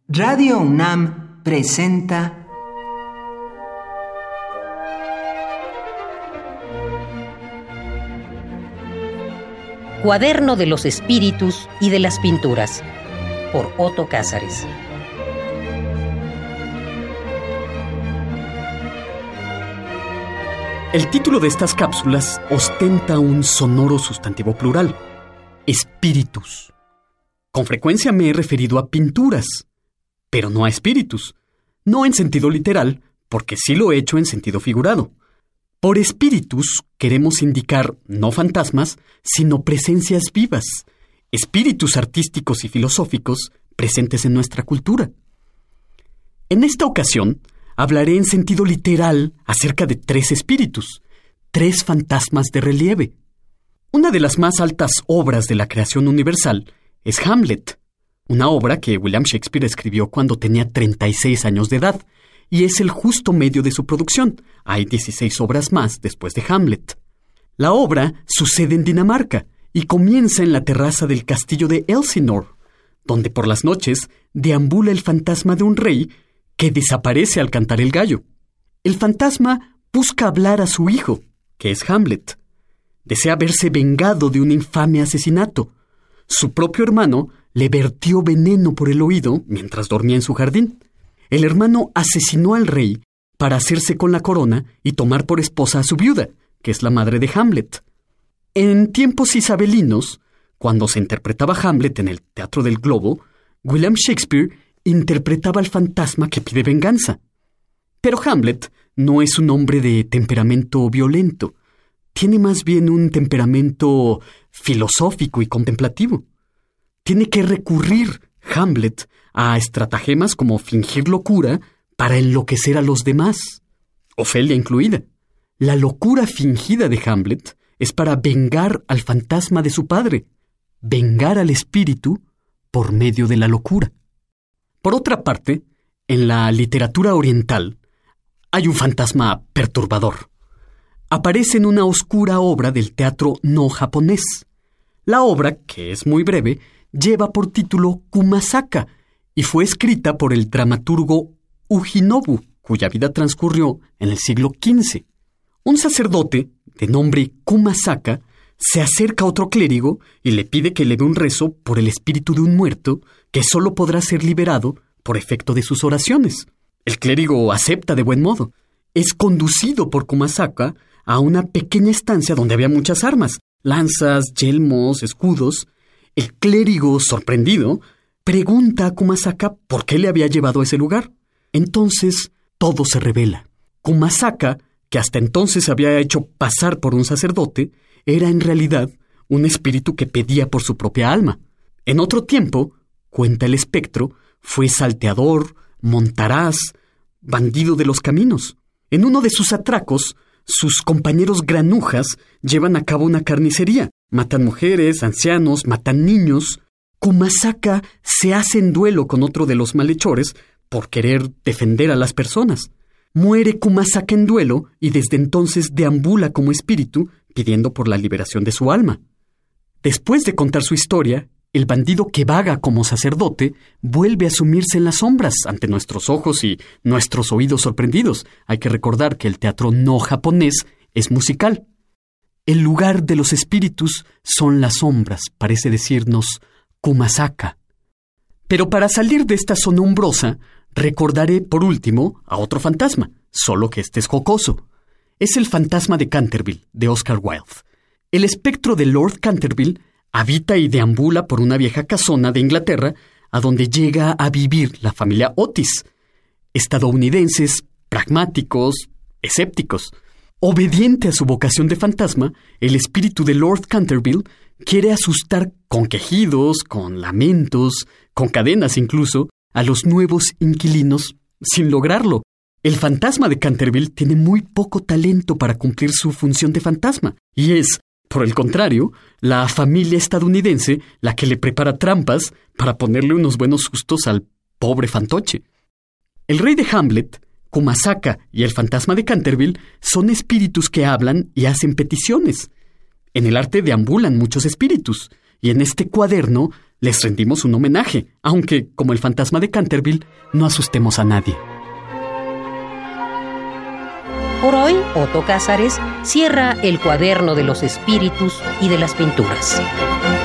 Radio UNAM presenta Cuaderno de los Espíritus y de las Pinturas, por Otto Cázares. El título de estas cápsulas ostenta un sonoro sustantivo plural: espíritus. Con frecuencia me he referido a pinturas, pero no a espíritus. No en sentido literal, porque sí lo he hecho en sentido figurado. Por espíritus queremos indicar no fantasmas, sino presencias vivas, espíritus artísticos y filosóficos presentes en nuestra cultura. En esta ocasión, hablaré en sentido literal acerca de 3 espíritus, 3 fantasmas de relieve. Una de las más altas obras de la creación universal es Hamlet, una obra que William Shakespeare escribió cuando tenía 36 años de edad, y es el justo medio de su producción. Hay 16 obras más después de Hamlet. La obra sucede en Dinamarca y comienza en la terraza del castillo de Elsinore, donde por las noches deambula el fantasma de un rey que desaparece al cantar el gallo. El fantasma busca hablar a su hijo, que es Hamlet. Desea verse vengado de un infame asesinato. Su propio hermano le vertió veneno por el oído mientras dormía en su jardín. El hermano asesinó al rey para hacerse con la corona y tomar por esposa a su viuda, que es la madre de Hamlet. En tiempos isabelinos, cuando se interpretaba Hamlet en el Teatro del Globo, William Shakespeare interpretaba al fantasma que pide venganza. Pero Hamlet no es un hombre de temperamento violento. Tiene más bien un temperamento filosófico y contemplativo. Tiene que recurrir Hamlet a estratagemas como fingir locura para enloquecer a los demás, Ofelia incluida. La locura fingida de Hamlet es para vengar al fantasma de su padre, vengar al espíritu por medio de la locura. Por otra parte, en la literatura oriental hay un fantasma perturbador. Aparece en una oscura obra del teatro no japonés. La obra, que es muy breve, lleva por título Kumasaka y fue escrita por el dramaturgo Ujinobu, cuya vida transcurrió en el siglo XV. Un sacerdote, de nombre Kumasaka, se acerca a otro clérigo y le pide que le dé un rezo por el espíritu de un muerto que solo podrá ser liberado por efecto de sus oraciones. El clérigo acepta de buen modo. Es conducido por Kumasaka a una pequeña estancia donde había muchas armas, lanzas, yelmos, escudos. El clérigo, sorprendido, pregunta a Kumasaka por qué le había llevado a ese lugar. Entonces, todo se revela. Kumasaka, que hasta entonces se había hecho pasar por un sacerdote, era en realidad un espíritu que pedía por su propia alma. En otro tiempo, cuenta el espectro, fue salteador, montaraz, bandido de los caminos. En uno de sus atracos, sus compañeros granujas llevan a cabo una carnicería. Matan mujeres, ancianos, matan niños. Kumasaka se hace en duelo con otro de los malhechores por querer defender a las personas. Muere Kumasaka en duelo y desde entonces deambula como espíritu pidiendo por la liberación de su alma. Después de contar su historia, el bandido que vaga como sacerdote vuelve a sumirse en las sombras ante nuestros ojos y nuestros oídos sorprendidos. Hay que recordar que el teatro no japonés es musical. El lugar de los espíritus son las sombras, parece decirnos Kumasaka. Pero para salir de esta zona umbrosa, recordaré por último a otro fantasma, solo que este es jocoso. Es el fantasma de Canterville, de Oscar Wilde. El espectro de Lord Canterville habita y deambula por una vieja casona de Inglaterra, a donde llega a vivir la familia Otis. Estadounidenses, pragmáticos, escépticos. Obediente a su vocación de fantasma, el espíritu de Lord Canterville quiere asustar con quejidos, con lamentos, con cadenas incluso, a los nuevos inquilinos, sin lograrlo. El fantasma de Canterville tiene muy poco talento para cumplir su función de fantasma, y es, por el contrario, la familia estadounidense la que le prepara trampas para ponerle unos buenos sustos al pobre fantoche. El rey de Hamlet, Kumasaka, y el fantasma de Canterville son espíritus que hablan y hacen peticiones. En el arte deambulan muchos espíritus, y en este cuaderno les rendimos un homenaje, aunque, como el fantasma de Canterville, no asustemos a nadie. Por hoy, Otto Cázares cierra el cuaderno de los espíritus y de las pinturas.